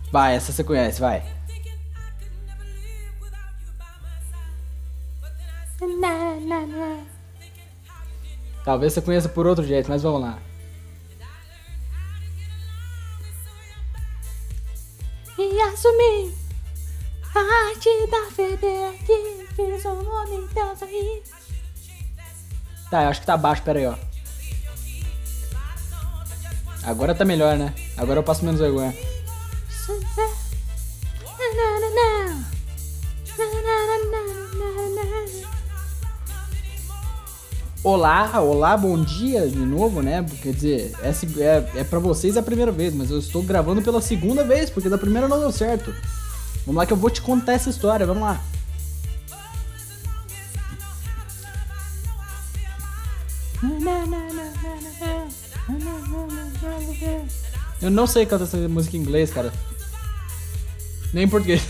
Vai, essa você conhece, vai. Talvez você conheça por outro jeito, mas vamos lá. E assumir a arte da federal que sou nome Deus aí. Tá, eu acho que tá baixo, pera aí, ó. Agora tá melhor, né? Agora eu passo menos vergonha. Olá, olá, bom dia de novo, né? Quer dizer, é pra vocês a primeira vez, mas eu estou gravando pela segunda vez, porque da primeira não deu certo. Vamos lá que eu vou te contar essa história, vamos lá. Eu não sei cantar essa música em inglês, cara. Nem em português.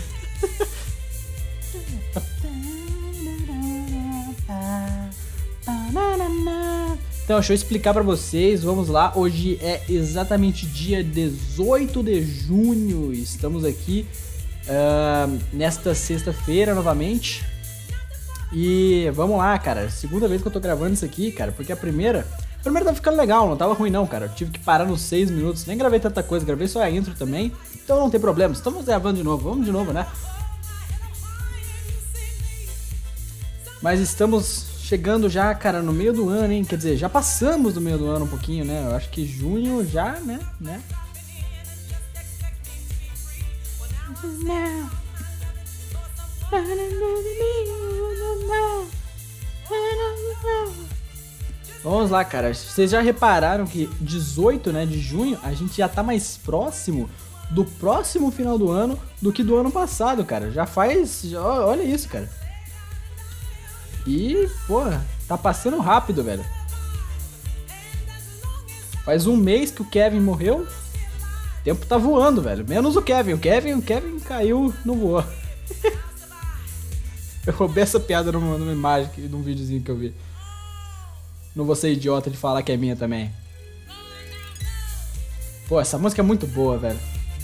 Então, deixa eu explicar pra vocês, vamos lá. Hoje é exatamente dia 18 de junho. Estamos aqui nesta sexta-feira novamente. E vamos lá, cara. Segunda vez que eu tô gravando isso aqui, cara, porque a primeira tava ficando legal, não tava ruim não, cara. Eu tive que parar nos 6 minutos, nem gravei tanta coisa, gravei só a intro também. Então não tem problema, estamos gravando de novo, vamos de novo, né? Mas estamos chegando já, cara, no meio do ano, hein? Quer dizer, já passamos do meio do ano um pouquinho, né? Eu acho que junho já, né? Vamos lá, cara. Vocês já repararam que 18, né, de junho, a gente já tá mais próximo do próximo final do ano do que do ano passado, cara. Já faz... olha isso, cara. E, porra, tá passando rápido, velho. Faz um mês que o Kevin morreu. O tempo tá voando, velho. Menos o Kevin. O Kevin caiu, não voou. Eu roubei essa piada numa imagem, num videozinho que eu vi. Não vou ser idiota de falar que é minha também. Pô, essa música é muito boa, velho.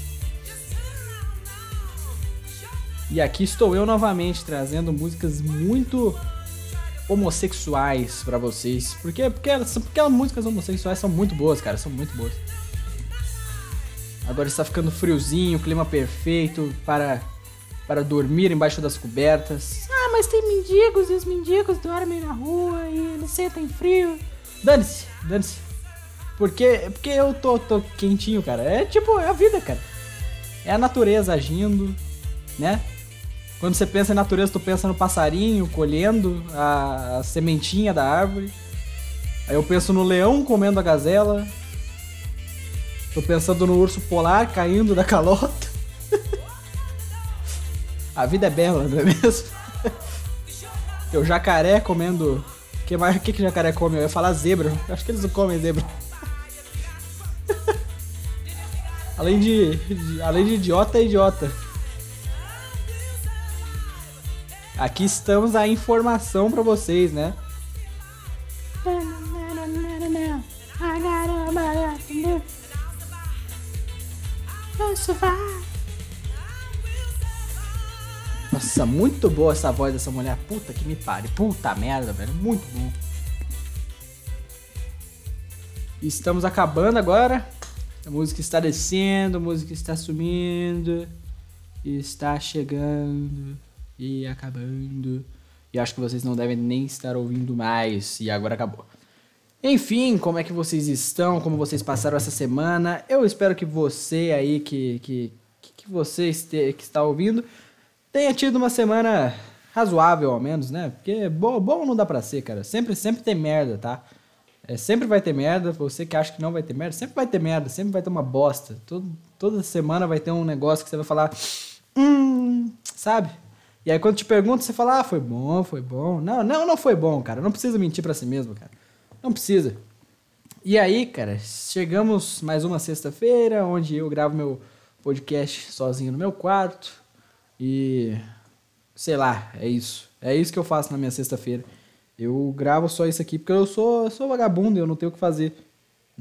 E aqui estou eu novamente trazendo músicas muito homossexuais pra vocês. Porque as músicas homossexuais são muito boas, cara. São muito boas. Agora está ficando friozinho, clima perfeito para dormir embaixo das cobertas. Ah, mas tem mendigos e os mendigos dormem na rua e eles sentem frio. Dane-se. Porque eu tô quentinho, cara. É tipo, é a vida, cara. É a natureza agindo, né? Quando você pensa em natureza, tu pensa no passarinho colhendo a sementinha da árvore. Aí eu penso no leão comendo a gazela. Tô pensando no urso polar caindo da calota. A vida é bela, não é mesmo? Tem o jacaré comendo... O que jacaré come? Eu ia falar zebra. Eu acho que eles não comem zebra. Além de idiota, é idiota. Aqui estamos a informação pra vocês, né? Nossa, muito boa essa voz dessa mulher. Puta que me pare. Puta merda, velho. Muito bom. Estamos acabando agora. A música está descendo, a música está sumindo. Está chegando e acabando. E acho que vocês não devem nem estar ouvindo mais. E agora acabou. Enfim, como é que vocês estão? Como vocês passaram essa semana? Eu espero que você aí, que que está ouvindo, tenha tido uma semana razoável, ao menos, né? Porque bom não dá pra ser, cara. Sempre tem merda, tá? Sempre vai ter merda. Você que acha que não vai ter merda, sempre vai ter merda. Sempre vai ter uma bosta. Toda semana vai ter um negócio que você vai falar... sabe? E aí quando te pergunta, você fala, foi bom. Não foi bom, cara. Não precisa mentir pra si mesmo, cara. Não precisa. E aí, cara, chegamos mais uma sexta-feira, onde eu gravo meu podcast sozinho no meu quarto. E... sei lá, é isso. É isso que eu faço na minha sexta-feira. Eu gravo só isso aqui porque eu sou vagabundo e eu não tenho o que fazer, né?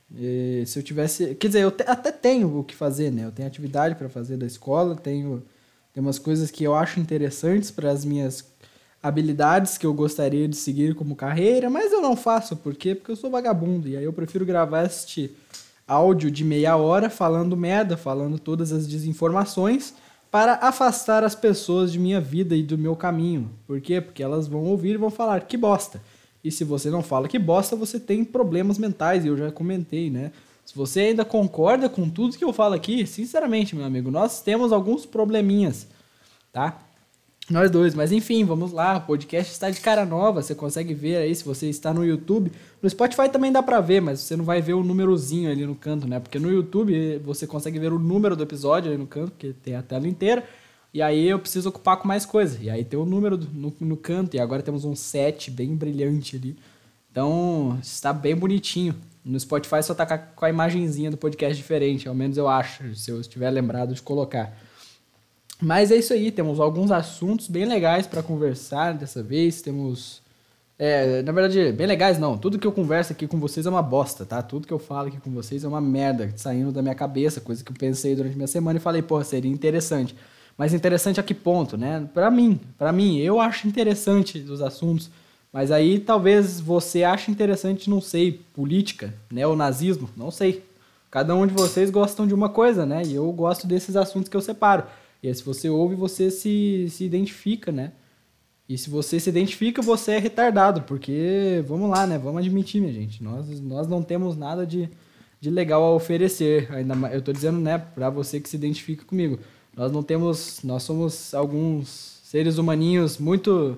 Se eu tivesse... Quer dizer, até tenho o que fazer, né? Eu tenho atividade para fazer da escola, tem umas coisas que eu acho interessantes para as minhas habilidades que eu gostaria de seguir como carreira, mas eu não faço. Por quê? Porque eu sou vagabundo. E aí eu prefiro gravar este áudio de meia hora falando merda, falando todas as desinformações para afastar as pessoas de minha vida e do meu caminho. Por quê? Porque elas vão ouvir e vão falar que bosta. E se você não fala que bosta, você tem problemas mentais, e eu já comentei, né? Se você ainda concorda com tudo que eu falo aqui, sinceramente, meu amigo, nós temos alguns probleminhas, tá? Nós dois, mas enfim, vamos lá, o podcast está de cara nova, você consegue ver aí se você está no YouTube. No Spotify também dá pra ver, mas você não vai ver o númerozinho ali no canto, né? Porque no YouTube você consegue ver o número do episódio ali no canto, porque tem a tela inteira. E aí eu preciso ocupar com mais coisa. E aí tem o número no canto, e agora temos um 7 bem brilhante ali. Então, está bem bonitinho. No Spotify só tá com a imagenzinha do podcast diferente, ao menos eu acho, se eu estiver lembrado de colocar. Mas é isso aí, temos alguns assuntos bem legais para conversar dessa vez. Temos... na verdade, bem legais não. Tudo que eu converso aqui com vocês é uma bosta, tá? Tudo que eu falo aqui com vocês é uma merda saindo da minha cabeça, coisa que eu pensei durante a minha semana e falei, porra, seria interessante. Mas interessante a que ponto, né? Pra mim, eu acho interessante os assuntos. Mas aí talvez você ache interessante, não sei, política, neonazismo, não sei. Cada um de vocês gostam de uma coisa, né? E eu gosto desses assuntos que eu separo. E aí, se você ouve, você se identifica, né? E se você se identifica, você é retardado, porque, vamos lá, né? Vamos admitir, minha gente, nós não temos nada de legal a oferecer. Ainda mais, eu tô dizendo, né, pra você que se identifica comigo. Nós somos alguns seres humaninhos muito,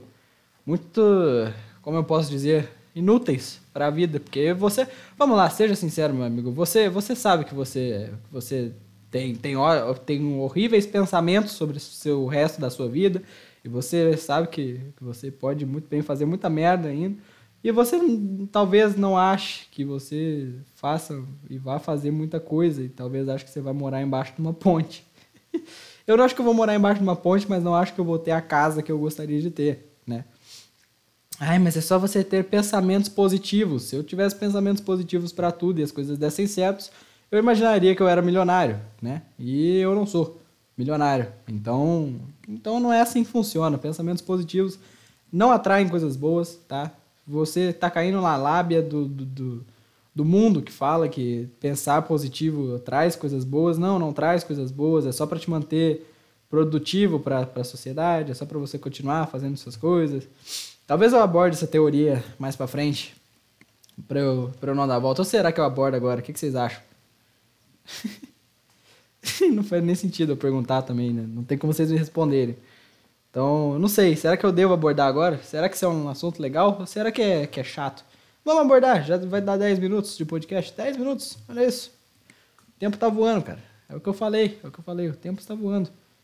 como eu posso dizer, inúteis para a vida, porque vamos lá, seja sincero, meu amigo, você sabe que você tem horríveis pensamentos sobre o resto da sua vida, e você sabe que você pode muito bem fazer muita merda ainda, e você talvez não ache que você faça e vá fazer muita coisa, e talvez ache que você vai morar embaixo de uma ponte. Eu não acho que eu vou morar embaixo de uma ponte, mas não acho que eu vou ter a casa que eu gostaria de ter, né? Ai, mas é só você ter pensamentos positivos. Se eu tivesse pensamentos positivos para tudo e as coisas dessem certos, eu imaginaria que eu era milionário, né? E eu não sou milionário. Então não é assim que funciona. Pensamentos positivos não atraem coisas boas, tá? Você tá caindo na lábia do mundo que fala que pensar positivo traz coisas boas. Não traz coisas boas. É só para te manter produtivo para a sociedade. É só para você continuar fazendo suas coisas. Talvez eu aborde essa teoria mais para frente, para eu não dar a volta. Ou será que eu abordo agora? O que vocês acham? Não faz nem sentido eu perguntar também, né? Não tem como vocês me responderem. Então, eu não sei. Será que eu devo abordar agora? Será que isso é um assunto legal? Ou será que é chato? Vamos abordar. Já vai dar 10 minutos de podcast. 10 minutos. Olha isso. O tempo tá voando, cara. É o que eu falei. O tempo está voando.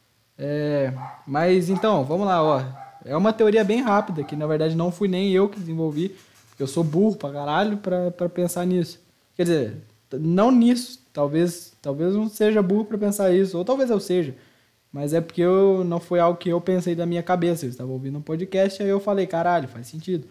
Mas, então, vamos lá, ó. É uma teoria bem rápida, que na verdade não fui nem eu que desenvolvi, porque eu sou burro pra caralho pra pensar nisso. Quer dizer, não nisso. Talvez eu não seja burro pra pensar isso, ou talvez eu seja. Mas é porque não foi algo que eu pensei da minha cabeça. Eu estava ouvindo um podcast, aí eu falei, caralho, faz sentido.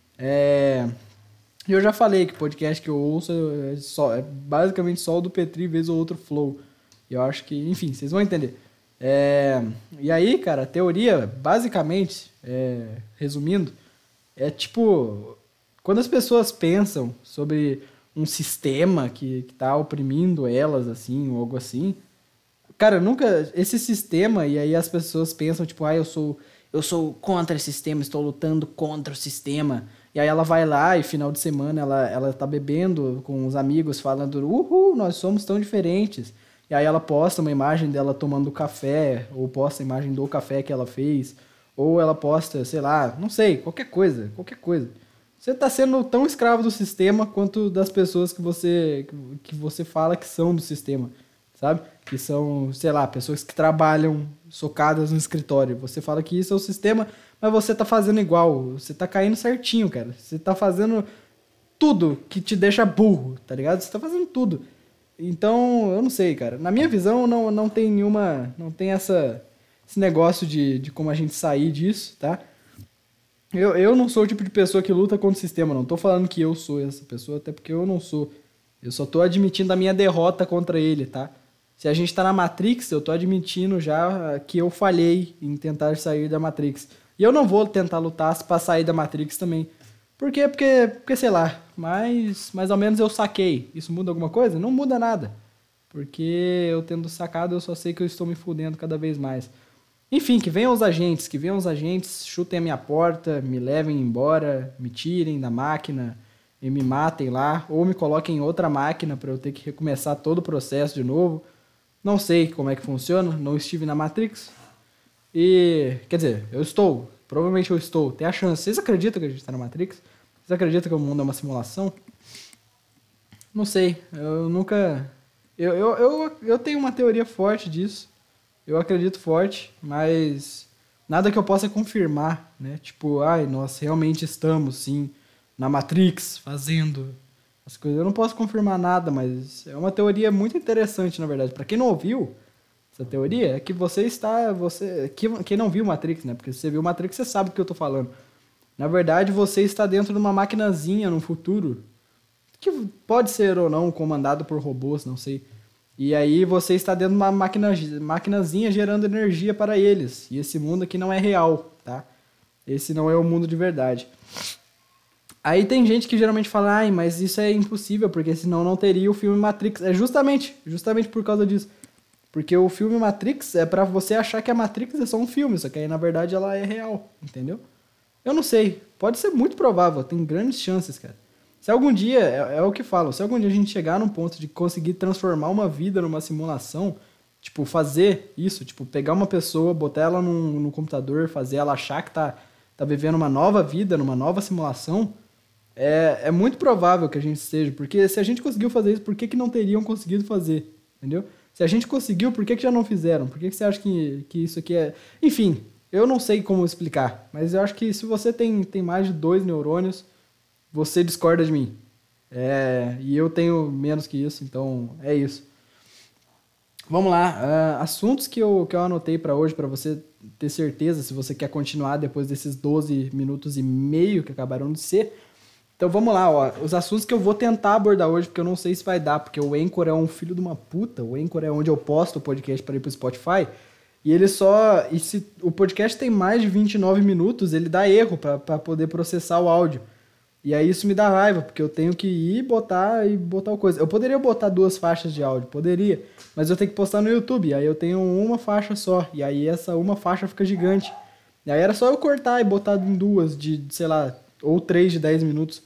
Eu já falei que o podcast que eu ouço é basicamente só o do Petri, vez ou outro Flow. E eu acho que, enfim, vocês vão entender. E aí, cara, a teoria, basicamente, resumindo, é tipo, quando as pessoas pensam sobre um sistema que tá oprimindo elas, assim, ou algo assim, cara, esse sistema, e aí as pessoas pensam, tipo, eu sou contra esse sistema, estou lutando contra o sistema, e aí ela vai lá e final de semana ela tá bebendo com os amigos, falando, nós somos tão diferentes. E aí ela posta uma imagem dela tomando café, ou posta a imagem do café que ela fez, ou ela posta, sei lá, não sei, qualquer coisa. Você tá sendo tão escravo do sistema quanto das pessoas que você fala que são do sistema, sabe? Que são, sei lá, pessoas que trabalham socadas no escritório. Você fala que isso é o sistema, mas você tá fazendo igual, você tá caindo certinho, cara. Você tá fazendo tudo que te deixa burro, tá ligado? Você tá fazendo tudo. Então, eu não sei, cara. Na minha visão, não tem nenhuma... Não tem esse negócio de como a gente sair disso, tá? Eu não sou o tipo de pessoa que luta contra o sistema, não. Tô falando que eu sou essa pessoa, até porque eu não sou. Eu só tô admitindo a minha derrota contra ele, tá? Se a gente tá na Matrix, eu tô admitindo já que eu falhei em tentar sair da Matrix. E eu não vou tentar lutar pra sair da Matrix também. Por quê? Porque sei lá, mas mais ou menos eu saquei. Isso muda alguma coisa? Não muda nada. Porque eu tendo sacado, eu só sei que eu estou me fudendo cada vez mais. Enfim, que venham os agentes, chutem a minha porta, me levem embora, me tirem da máquina e me matem lá, ou me coloquem em outra máquina para eu ter que recomeçar todo o processo de novo. Não sei como é que funciona, não estive na Matrix. E, quer dizer, eu estou, provavelmente eu estou, tem a chance. Vocês acreditam que a gente está na Matrix? Vocês acreditam que o mundo é uma simulação? Não sei, eu nunca... Eu tenho uma teoria forte disso. Eu acredito forte, mas nada que eu possa confirmar, né? Tipo, ai, nós realmente estamos, sim, na Matrix, fazendo as coisas. Eu não posso confirmar nada, mas é uma teoria muito interessante, na verdade. Pra quem não ouviu essa teoria, é que quem não viu Matrix, né? Porque se você viu Matrix, você sabe do que eu tô falando. Na verdade, você está dentro de uma maquinazinha no futuro, que pode ser ou não comandado por robôs, não sei. E aí você está dentro de uma maquinazinha gerando energia para eles. E esse mundo aqui não é real, tá? Esse não é o mundo de verdade. Aí tem gente que geralmente fala, ai, mas isso é impossível, porque senão não teria o filme Matrix. É justamente por causa disso. Porque o filme Matrix é pra você achar que a Matrix é só um filme, só que aí na verdade ela é real, entendeu? Eu não sei, pode ser muito provável, tem grandes chances, cara. Se algum dia, é o que falam, se algum dia a gente chegar num ponto de conseguir transformar uma vida numa simulação, tipo, fazer isso, tipo, pegar uma pessoa, botar ela no computador, fazer ela achar que tá vivendo uma nova vida, numa nova simulação, é muito provável que a gente esteja, porque se a gente conseguiu fazer isso, por que não teriam conseguido fazer, entendeu? Se a gente conseguiu, por que já não fizeram? Por que você acha que isso aqui é... Enfim, eu não sei como explicar, mas eu acho que se você tem mais de 2 neurônios, você discorda de mim. E eu tenho menos que isso, então é isso. Vamos lá, assuntos que eu anotei para hoje, para você ter certeza, se você quer continuar depois desses 12 minutos e meio que acabaram de ser. Então vamos lá, ó, os assuntos que eu vou tentar abordar hoje, porque eu não sei se vai dar, porque o Anchor é um filho de uma puta, o Anchor é onde eu posto o podcast para ir pro Spotify, e ele só... E se o podcast tem mais de 29 minutos, ele dá erro para poder processar o áudio. E aí isso me dá raiva, porque eu tenho que ir botar o coisa. Eu poderia botar 2 faixas de áudio, poderia, mas eu tenho que postar no YouTube, aí eu tenho uma faixa só, e aí essa uma faixa fica gigante. E aí era só eu cortar e botar em 2 de, sei lá, ou 3 de 10 minutos.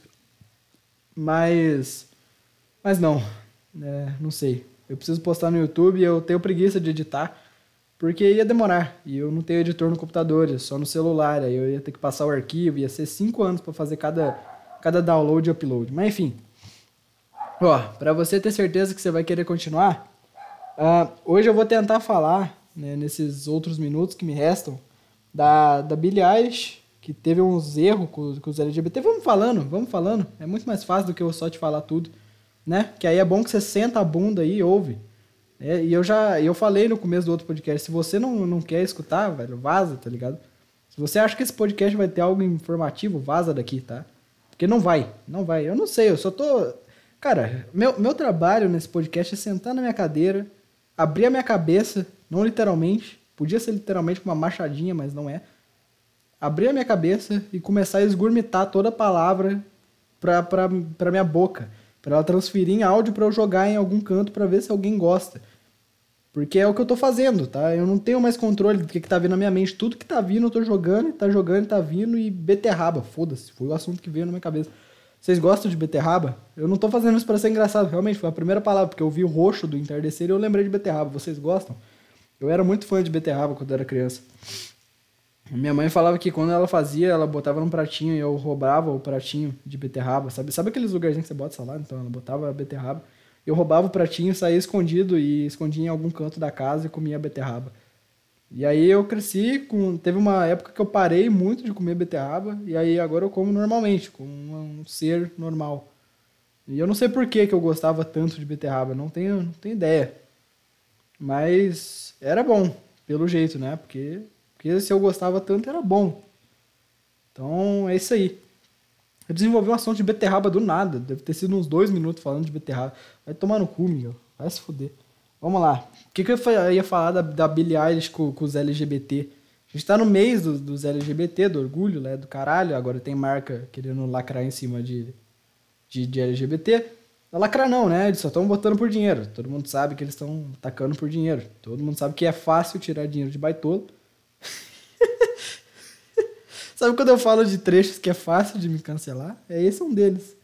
Mas não, não sei. Eu preciso postar no YouTube e eu tenho preguiça de editar, porque ia demorar, e eu não tenho editor no computador, é só no celular, aí eu ia ter que passar o arquivo, ia ser 5 anos para fazer cada download e upload. Mas enfim, ó, para você ter certeza que você vai querer continuar, hoje eu vou tentar falar, né, nesses outros minutos que me restam, da Billie Eilish, que teve uns erros com os LGBT. Vamos falando, é muito mais fácil do que eu só te falar tudo, né? Que aí é bom que você senta a bunda aí e ouve. E eu falei no começo do outro podcast, se você não quer escutar, velho, vaza, tá ligado? Se você acha que esse podcast vai ter algo informativo, vaza daqui, tá? Porque não vai. Eu não sei, eu só tô... Cara, meu trabalho nesse podcast é sentar na minha cadeira, abrir a minha cabeça, não literalmente, podia ser literalmente com uma machadinha, mas não é. Abrir a minha cabeça e começar a esgurmitar toda a palavra pra minha boca, pra ela transferir em áudio pra eu jogar em algum canto pra ver se alguém gosta. Porque é o que eu tô fazendo, tá? Eu não tenho mais controle do que tá vindo na minha mente. Tudo que tá vindo eu tô jogando, tá vindo, e beterraba, foda-se, foi o assunto que veio na minha cabeça. Vocês gostam de beterraba? Eu não tô fazendo isso pra ser engraçado, realmente, foi a primeira palavra, porque eu vi o roxo do entardecer e eu lembrei de beterraba. Vocês gostam? Eu era muito fã de beterraba quando eu era criança. Minha mãe falava que quando ela fazia, ela botava num pratinho e eu roubava o pratinho de beterraba, sabe aqueles lugarzinhos que você bota salada? Então ela botava a beterraba, eu roubava o pratinho, saía escondido e escondia em algum canto da casa e comia a beterraba. E aí eu cresci, teve uma época que eu parei muito de comer beterraba, e aí agora eu como normalmente, como um ser normal. E eu não sei por que eu gostava tanto de beterraba, não tenho ideia. Mas era bom, pelo jeito, né? Porque se eu gostava tanto, era bom. Então, é isso aí. Eu desenvolvi um assunto de beterraba do nada. Deve ter sido uns 2 minutos falando de beterraba. Vai tomar no cu, Miguel. Vai se fuder. Vamos lá. O que eu ia falar da Billie Eilish com os LGBT? A gente tá no mês dos LGBT, do orgulho, né? Do caralho. Agora tem marca querendo lacrar em cima de LGBT. Não lacrar não, né? Eles só estão botando por dinheiro. Todo mundo sabe que eles estão tacando por dinheiro. Todo mundo sabe que é fácil tirar dinheiro de baitolo. Sabe quando eu falo de trechos que é fácil de me cancelar? Esse é um deles.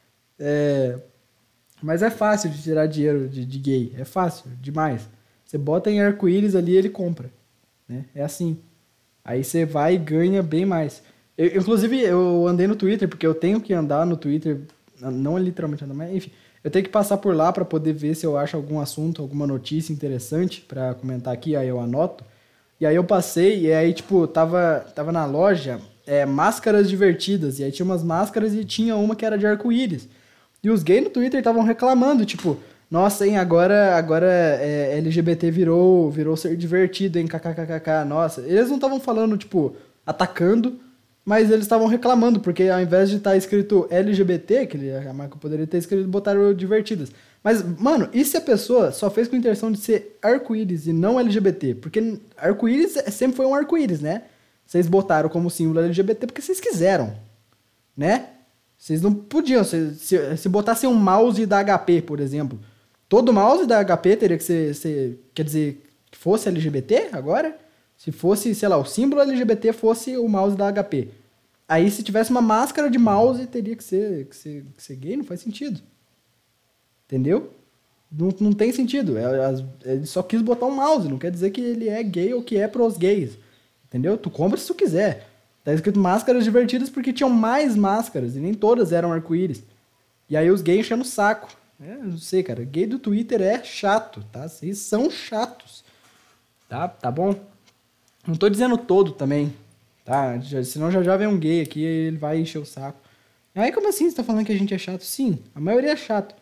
Mas é fácil de tirar dinheiro de gay. É fácil, demais. Você bota em arco-íris ali e ele compra. Né? É assim. Aí você vai e ganha bem mais. Inclusive, eu andei no Twitter, porque eu tenho que andar no Twitter. Não literalmente andar, mas enfim. Eu tenho que passar por lá para poder ver se eu acho algum assunto, alguma notícia interessante para comentar aqui. Aí eu anoto. E aí eu passei, e aí, tipo, tava na loja máscaras divertidas. E aí tinha umas máscaras e tinha uma que era de arco-íris. E os gays no Twitter estavam reclamando, tipo, nossa, hein, agora LGBT virou ser divertido, hein, kkkk, nossa. Eles não estavam falando, tipo, atacando, mas eles estavam reclamando, porque ao invés de estar escrito LGBT, que a marca poderia ter escrito, botaram divertidas. Mas, mano, e se a pessoa só fez com a intenção de ser arco-íris e não LGBT? Porque arco-íris sempre foi um arco-íris, né? Vocês botaram como símbolo LGBT porque vocês quiseram, né? Vocês não podiam. Se botassem um mouse da HP, por exemplo, todo mouse da HP teria que ser quer dizer, que fosse LGBT agora? Se fosse, sei lá, o símbolo LGBT fosse o mouse da HP. Aí, se tivesse uma máscara de mouse, teria que ser gay, não faz sentido. Entendeu? Não tem sentido. Ele só quis botar um mouse, não quer dizer que ele é gay ou que é pros gays. Entendeu? Tu compra se tu quiser. Tá escrito máscaras divertidas porque tinham mais máscaras e nem todas eram arco-íris. E aí os gays enchendo o saco. Não sei, cara. Gay do Twitter é chato, tá? Vocês são chatos. Tá bom? Não tô dizendo todo também, tá? Senão já vem um gay aqui e ele vai encher o saco. Aí como assim você tá falando que a gente é chato? Sim, a maioria é chato.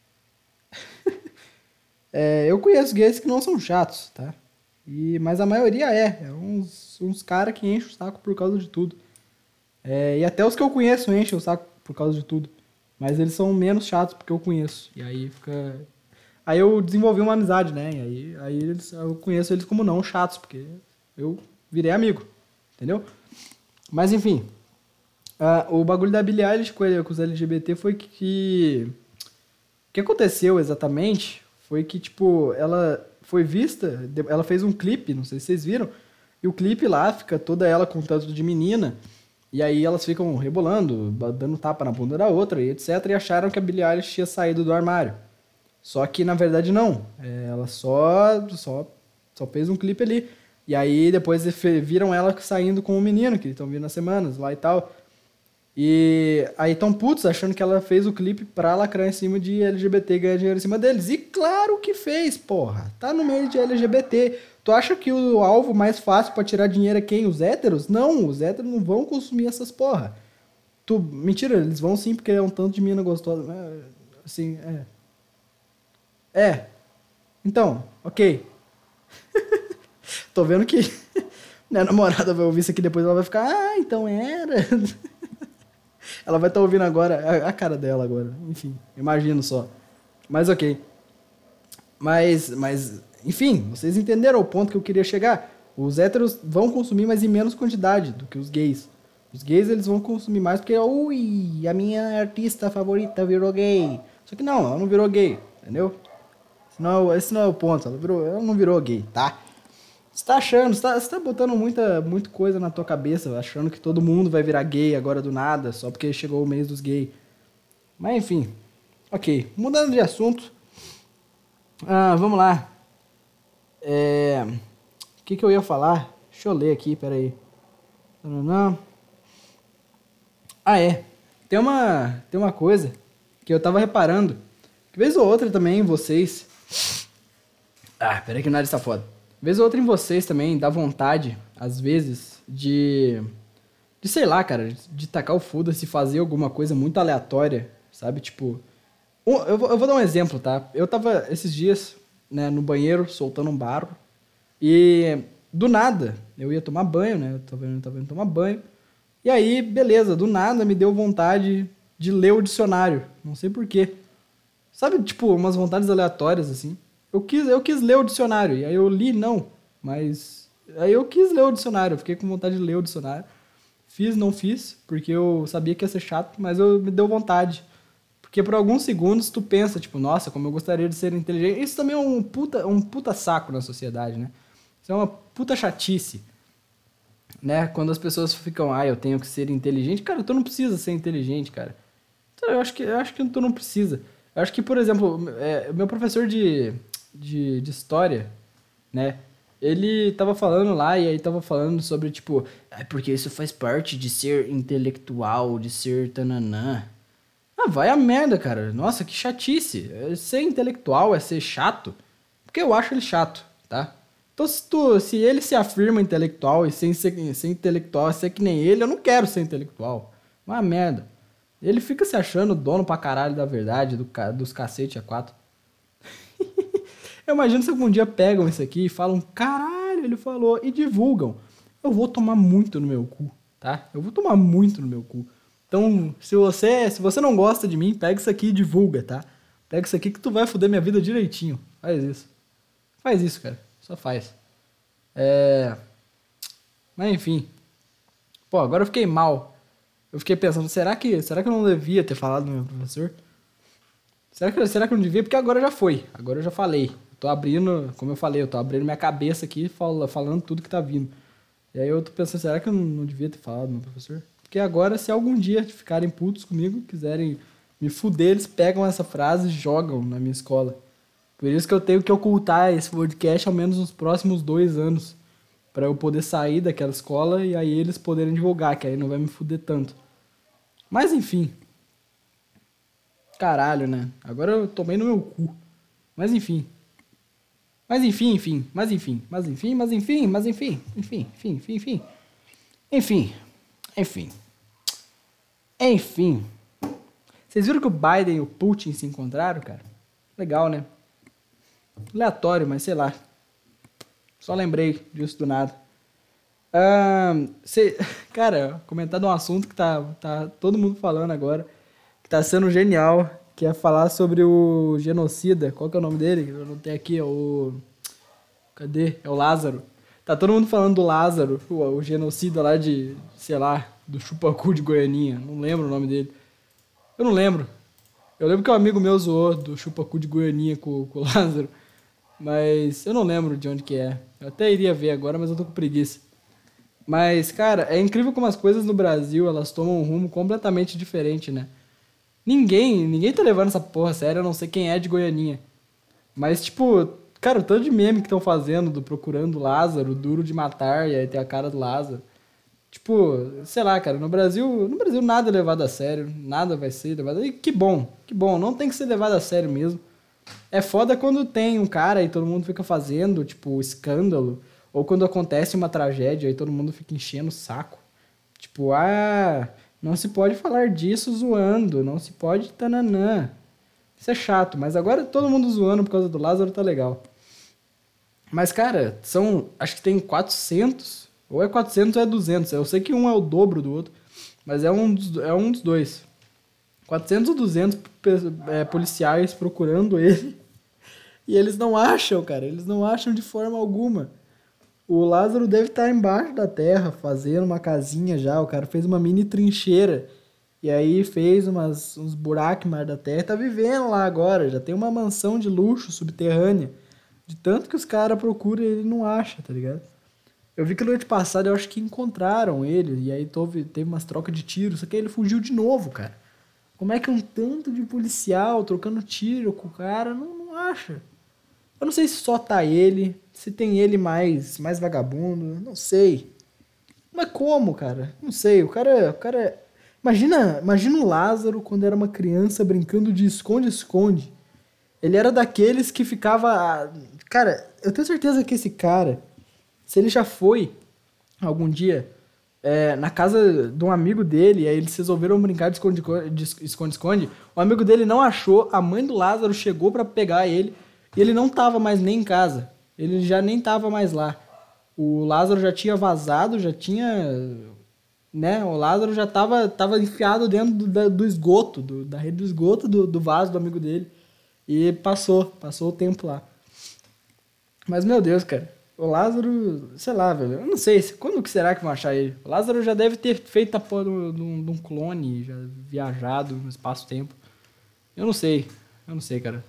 Eu conheço gays que não são chatos, tá? Mas a maioria é uns caras que enchem o saco por causa de tudo. E até os que eu conheço enchem o saco por causa de tudo. Mas eles são menos chatos porque eu conheço. E aí fica... Aí eu desenvolvi uma amizade, né? E aí eu conheço eles como não chatos, porque eu virei amigo. Entendeu? Mas enfim. O bagulho da Billie Eilish com os LGBT foi que... O que aconteceu exatamente foi que, tipo, ela foi vista... Ela fez um clipe, não sei se vocês viram. E o clipe lá fica toda ela com tanto de menina... E aí elas ficam rebolando, dando tapa na bunda da outra e etc. E acharam que a Billie Eilish tinha saído do armário. Só que, na verdade, não. Ela só fez um clipe ali. E aí depois viram ela saindo com o menino, que estão vindo as semanas lá e tal. E aí tão putos, achando que ela fez o clipe pra lacrar em cima de LGBT e ganhar dinheiro em cima deles. E claro que fez, porra. Tá no meio de LGBT. Tu acha que o alvo mais fácil pra tirar dinheiro é quem? Os héteros? Não, os héteros não vão consumir essas porra. Mentira, eles vão sim, porque é um tanto de mina gostosa. Assim, Então, ok. Tô vendo que minha namorada vai ouvir isso aqui depois, ela vai ficar, então era. Ela vai estar ouvindo agora, a cara dela agora. Enfim, imagino só. Mas ok. Mas, enfim, vocês entenderam o ponto que eu queria chegar. Os héteros vão consumir, mas em menos quantidade do que os gays. Os gays, eles vão consumir mais porque, ui, a minha artista favorita virou gay. Só que não, ela não virou gay, entendeu? Esse não é o ponto, ela não virou gay, tá? Você tá achando, você tá botando muita coisa na tua cabeça, achando que todo mundo vai virar gay agora do nada, só porque chegou o mês dos gays. Mas enfim, ok, mudando de assunto. Vamos lá. O que eu ia falar? Deixa eu ler aqui, peraí. Tem uma coisa que eu tava reparando. Que vez ou outra também vocês... peraí que o nariz tá foda. Vez ou outra em vocês também dá vontade, às vezes, de sei lá, cara, de tacar o foda-se e fazer alguma coisa muito aleatória, sabe? Tipo... Eu vou dar um exemplo, tá? Eu tava esses dias, né, no banheiro, soltando um barro. E do nada, eu ia tomar banho, né? Eu tava indo tomar banho. E aí, beleza, do nada me deu vontade de ler o dicionário. Não sei porquê. Sabe, tipo, umas vontades aleatórias, assim. Eu quis ler o dicionário. E aí eu li, não. Mas aí eu quis ler o dicionário. Eu fiquei com vontade de ler o dicionário. Fiz, não fiz, porque eu sabia que ia ser chato, mas me deu vontade. Porque por alguns segundos tu pensa, tipo, nossa, como eu gostaria de ser inteligente. Isso também é um puta saco na sociedade, né? Isso é uma puta chatice. Né? Quando as pessoas ficam, eu tenho que ser inteligente. Cara, tu não precisa ser inteligente, cara. Então, eu acho que tu não precisa. Eu acho que, por exemplo, o meu professor de história, né? Ele tava falando lá e aí tava falando sobre, tipo, porque isso faz parte de ser intelectual, de ser tananã. Vai a merda, cara. Nossa, que chatice. Ser intelectual é ser chato. Porque eu acho ele chato, tá? Então, se ele se afirma intelectual e ser intelectual é ser que nem ele, eu não quero ser intelectual. Uma merda. Ele fica se achando dono pra caralho da verdade, dos cacete a quatro. Eu imagino se algum dia pegam isso aqui e falam, caralho, ele falou, e divulgam. Eu vou tomar muito no meu cu, tá? Eu vou tomar muito no meu cu. Então, se você não gosta de mim, pega isso aqui e divulga, tá? Pega isso aqui que tu vai foder minha vida direitinho. Faz isso. Faz isso, cara. Só faz. Mas enfim. Pô, agora eu fiquei mal. Eu fiquei pensando, será que eu não devia ter falado no meu professor? Será que eu não devia? Porque agora já foi. Agora eu já falei. Tô abrindo, como eu falei, eu tô abrindo minha cabeça aqui falando tudo que tá vindo. E aí eu tô pensando, será que eu não devia ter falado no meu professor? Porque agora, se algum dia ficarem putos comigo, quiserem me fuder, eles pegam essa frase e jogam na minha escola. Por isso que eu tenho que ocultar esse podcast ao menos nos próximos 2 anos. Pra eu poder sair daquela escola e aí eles poderem divulgar, que aí não vai me fuder tanto. Mas enfim. Caralho, né? Agora eu tomei no meu cu. Mas enfim. Enfim. Vocês viram que o Biden e o Putin se encontraram, cara? Legal, né? Aleatório, mas sei lá. Só lembrei disso do nada. Cara, comentar de um assunto que tá todo mundo falando agora, que tá sendo genial, que é falar sobre o genocida. Qual que é o nome dele? Eu não tenho aqui, Cadê? É o Lázaro. Tá todo mundo falando do Lázaro, o genocida lá de, sei lá, do Chupacu de Goianinha. Não lembro o nome dele. Eu não lembro. Eu lembro que um amigo meu zoou do Chupacu de Goianinha com o Lázaro. Mas eu não lembro de onde que é. Eu até iria ver agora, mas eu tô com preguiça. Mas, cara, é incrível como as coisas no Brasil, elas tomam um rumo completamente diferente, né? Ninguém tá levando essa porra a sério, a não ser quem é de Goianinha. Mas, tipo, cara, o tanto de meme que estão fazendo do Procurando Lázaro, Duro de Matar, e aí tem a cara do Lázaro. Tipo, sei lá, cara, no Brasil nada é levado a sério, nada vai ser levado... E que bom, não tem que ser levado a sério mesmo. É foda quando tem um cara e todo mundo fica fazendo, tipo, escândalo, ou quando acontece uma tragédia e todo mundo fica enchendo o saco. Tipo, não se pode falar disso zoando, não se pode tananã. Isso é chato, mas agora todo mundo zoando por causa do Lázaro tá legal. Mas, cara, acho que tem 400, ou é 400 ou é 200. Eu sei que um é o dobro do outro, mas é um dos dois. 400 ou 200 policiais procurando ele. E eles não acham, cara. Eles não acham de forma alguma. O Lázaro deve estar embaixo da terra, fazendo uma casinha já. O cara fez uma mini trincheira. E aí fez uns buracos embaixo da terra. Tá vivendo lá agora. Já tem uma mansão de luxo subterrânea. De tanto que os caras procuram e ele não acha, tá ligado? Eu vi que no ano passado eu acho que encontraram ele. E aí teve umas trocas de tiros. Só que ele fugiu de novo, cara. Como é que um tanto de policial trocando tiro com o cara não acha? Eu não sei se só tá ele, se tem ele mais vagabundo, não sei. Mas como, cara? Não sei, o cara... Imagina o Lázaro quando era uma criança brincando de esconde-esconde. Ele era daqueles que ficava... Cara, eu tenho certeza que esse cara, se ele já foi algum dia... na casa de um amigo dele, aí eles resolveram brincar de esconde-esconde. O amigo dele não achou, a mãe do Lázaro chegou pra pegar ele e ele não tava mais nem em casa. Ele já nem tava mais lá. O Lázaro já tinha vazado, já tinha né? O Lázaro já tava enfiado dentro do esgoto, da rede do esgoto do vaso do amigo dele. E passou o tempo lá. Mas, meu Deus, cara, o Lázaro, sei lá, velho, eu não sei, quando que será que vão achar ele? O Lázaro já deve ter feito a porra de um clone, já viajado no espaço-tempo. Eu não sei, cara.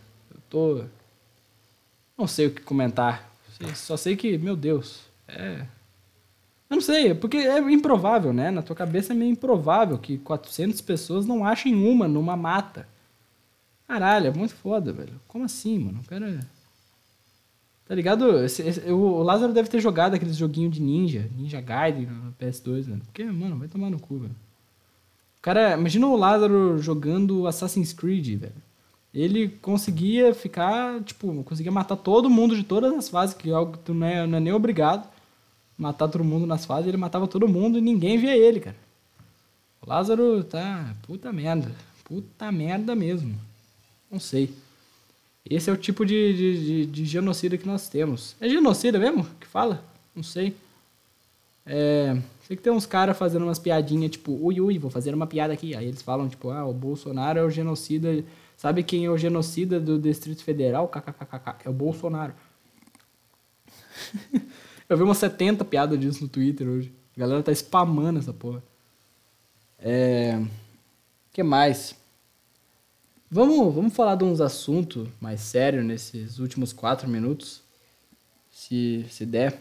Não sei o que comentar. Só sei que, meu Deus, eu não sei, porque é improvável, né? Na tua cabeça é meio improvável que 400 pessoas não achem uma numa mata. Caralho, é muito foda, velho. Como assim, mano? O cara... Tá ligado? O Lázaro deve ter jogado aqueles joguinhos de Ninja Gaiden no PS2, velho. Porque, mano, vai tomar no cu, velho. O cara, imagina o Lázaro jogando Assassin's Creed, velho. Ele conseguia ficar, tipo, conseguia matar todo mundo de todas as fases, que é algo que tu não é nem obrigado. Matar todo mundo nas fases, ele matava todo mundo e ninguém via ele, cara. O Lázaro tá... Puta merda mesmo. Não sei. Esse é o tipo de genocida que nós temos. É genocida mesmo que fala? Não sei. Sei que tem uns caras fazendo umas piadinhas, tipo, ui, vou fazer uma piada aqui. Aí eles falam, tipo, o Bolsonaro é o genocida. Sabe quem é o genocida do Distrito Federal? KKKK. É o Bolsonaro. Eu vi umas 70 piadas disso no Twitter hoje. A galera tá spamando essa porra. Que mais? Vamos falar de uns assuntos mais sérios nesses últimos 4 minutos. Se der.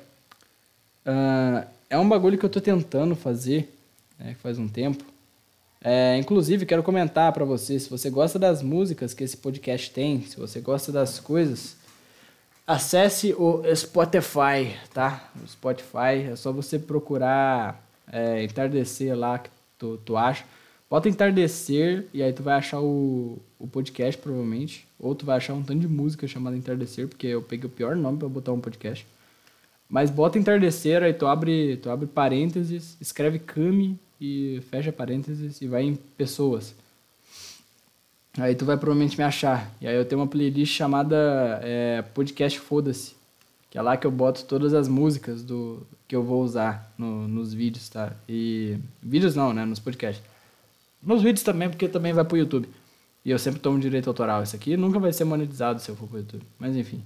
É um bagulho que eu tô tentando fazer, né, faz um tempo. Inclusive, quero comentar pra você, se você gosta das músicas que esse podcast tem, se você gosta das coisas, acesse o Spotify, tá? O Spotify, é só você procurar Entardecer lá que tu acha. Bota Entardecer e aí tu vai achar o podcast, provavelmente. Ou tu vai achar um tanto de música chamada Entardecer, porque eu peguei o pior nome pra botar um podcast. Mas bota Entardecer, aí tu abre parênteses, escreve Kami e fecha parênteses e vai em pessoas. Aí tu vai provavelmente me achar. E aí eu tenho uma playlist chamada Podcast Foda-se. Que é lá que eu boto todas as músicas que eu vou usar nos vídeos, tá? E... Vídeos não, né? Nos podcasts. Nos vídeos também, porque também vai pro YouTube. E eu sempre tomo direito autoral. Isso aqui nunca vai ser monetizado se eu for pro YouTube. Mas enfim.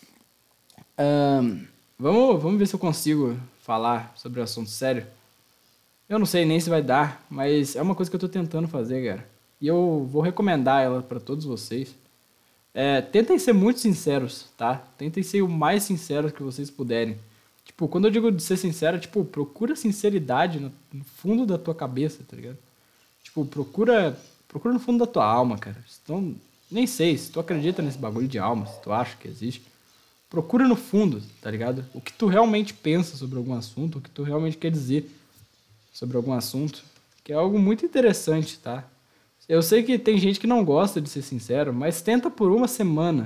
Vamos ver se eu consigo falar sobre o assunto sério. Eu não sei nem se vai dar, mas é uma coisa que eu tô tentando fazer, cara. E eu vou recomendar ela pra todos vocês. Tentem ser muito sinceros, tá? Tentem ser o mais sinceros que vocês puderem. Tipo, quando eu digo de ser sincero, tipo, procura sinceridade no fundo da tua cabeça, tá ligado? Tipo, procura no fundo da tua alma, cara. Então, nem sei se tu acredita nesse bagulho de alma, se tu acha que existe. Procura no fundo, tá ligado? O que tu realmente pensa sobre algum assunto, o que tu realmente quer dizer sobre algum assunto, que é algo muito interessante, tá? Eu sei que tem gente que não gosta de ser sincero, mas tenta por uma semana.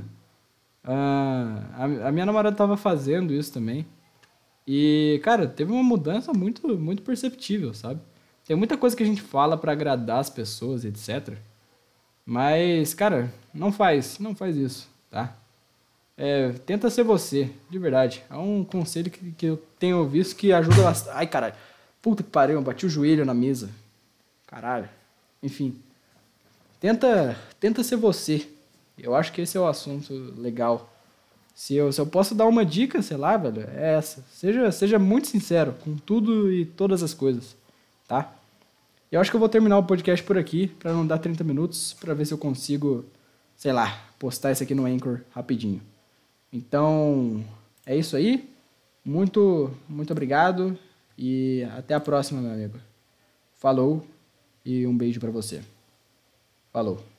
A minha namorada tava fazendo isso também. E, cara, teve uma mudança muito, muito perceptível, sabe? Tem muita coisa que a gente fala pra agradar as pessoas, etc. Mas, cara, não faz isso, tá? Tenta ser você, de verdade. É um conselho que eu tenho visto que ajuda bastante. Ai, caralho. Puta que pariu, eu bati o joelho na mesa. Caralho. Enfim. Tenta ser você. Eu acho que esse é o assunto legal. Se eu posso dar uma dica, sei lá, velho, é essa. Seja muito sincero com tudo e todas as coisas, tá? Eu acho que eu vou terminar o podcast por aqui, pra não dar 30 minutos, pra ver se eu consigo, sei lá, postar isso aqui no Anchor rapidinho. Então, é isso aí. Muito, muito obrigado e até a próxima, meu amigo. Falou e um beijo pra você. Falou.